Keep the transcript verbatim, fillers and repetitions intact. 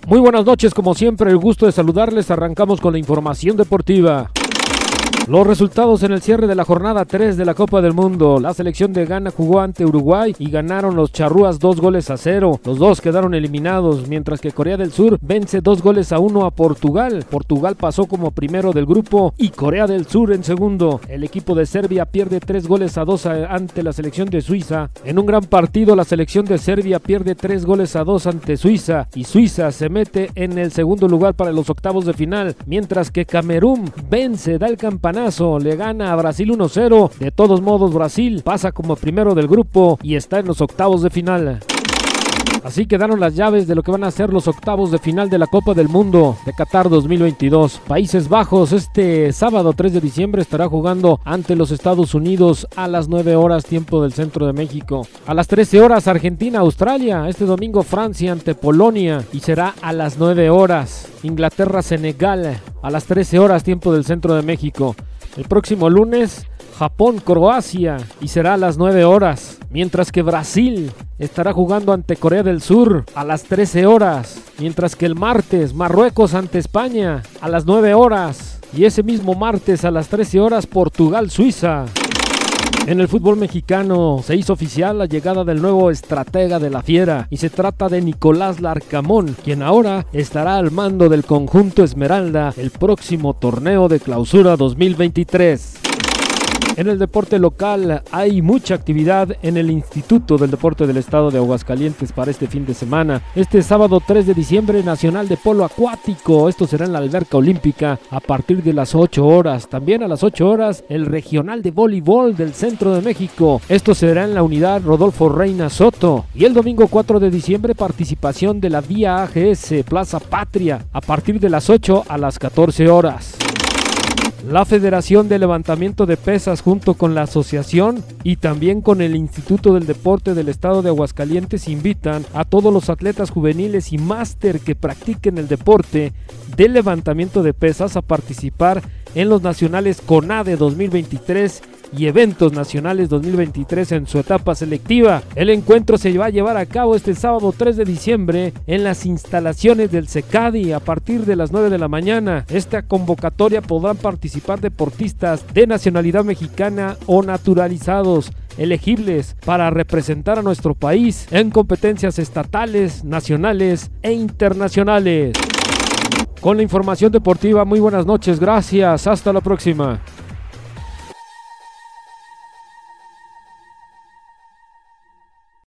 Muy buenas noches, como siempre, el gusto de saludarles. Arrancamos con la información deportiva. Los resultados en el cierre de la jornada tres de la Copa del Mundo. La selección de Ghana jugó ante Uruguay y ganaron los charrúas dos goles a cero. Los dos quedaron eliminados, mientras que Corea del Sur vence dos goles a uno a Portugal. Portugal pasó como primero del grupo y Corea del Sur en segundo. El equipo de Serbia pierde tres goles a dos ante la selección de Suiza. En un gran partido, la selección de Serbia pierde tres goles a dos ante Suiza y Suiza se mete en el segundo lugar para los octavos de final, mientras que Camerún vence, da el campanazo, le gana a Brasil uno cero. De todos modos, Brasil pasa como primero del grupo y está en los octavos de final. Así quedaron las llaves de lo que van a ser los octavos de final de la Copa del Mundo de Qatar dos mil veintidós. Países Bajos este sábado tres de diciembre estará jugando ante los Estados Unidos a las nueve horas tiempo del centro de México. A las trece horas Argentina, Australia. Este domingo Francia ante Polonia y será a las nueve horas. Inglaterra, Senegal a las trece horas tiempo del centro de México. El próximo lunes Japón, Croacia y será a las nueve horas, mientras que Brasil estará jugando ante Corea del Sur a las trece horas, mientras que el martes Marruecos ante España a las nueve horas y ese mismo martes a las trece horas Portugal, Suiza. En el fútbol mexicano se hizo oficial la llegada del nuevo estratega de la Fiera y se trata de Nicolás Larcamón, quien ahora estará al mando del conjunto Esmeralda el próximo torneo de clausura dos mil veintitrés. En el deporte local hay mucha actividad en el Instituto del Deporte del Estado de Aguascalientes para este fin de semana. Este sábado tres de diciembre, Nacional de Polo Acuático. Esto será en la Alberca Olímpica a partir de las ocho horas. También a las ocho horas, el Regional de Voleibol del Centro de México. Esto será en la unidad Rodolfo Reina Soto. Y el domingo cuatro de diciembre, participación de la Vía A G S Plaza Patria a partir de las ocho a las catorce horas. La Federación de Levantamiento de Pesas junto con la Asociación y también con el Instituto del Deporte del Estado de Aguascalientes invitan a todos los atletas juveniles y máster que practiquen el deporte de levantamiento de pesas a participar en los nacionales CONADE dos mil veintitrés y eventos nacionales dos mil veintitrés en su etapa selectiva. El encuentro se va a llevar a cabo este sábado tres de diciembre en las instalaciones del CECADI a partir de las nueve de la mañana. Esta convocatoria podrán participar deportistas de nacionalidad mexicana o naturalizados elegibles para representar a nuestro país en competencias estatales, nacionales e internacionales. Con la información deportiva, muy buenas noches, gracias, hasta la próxima.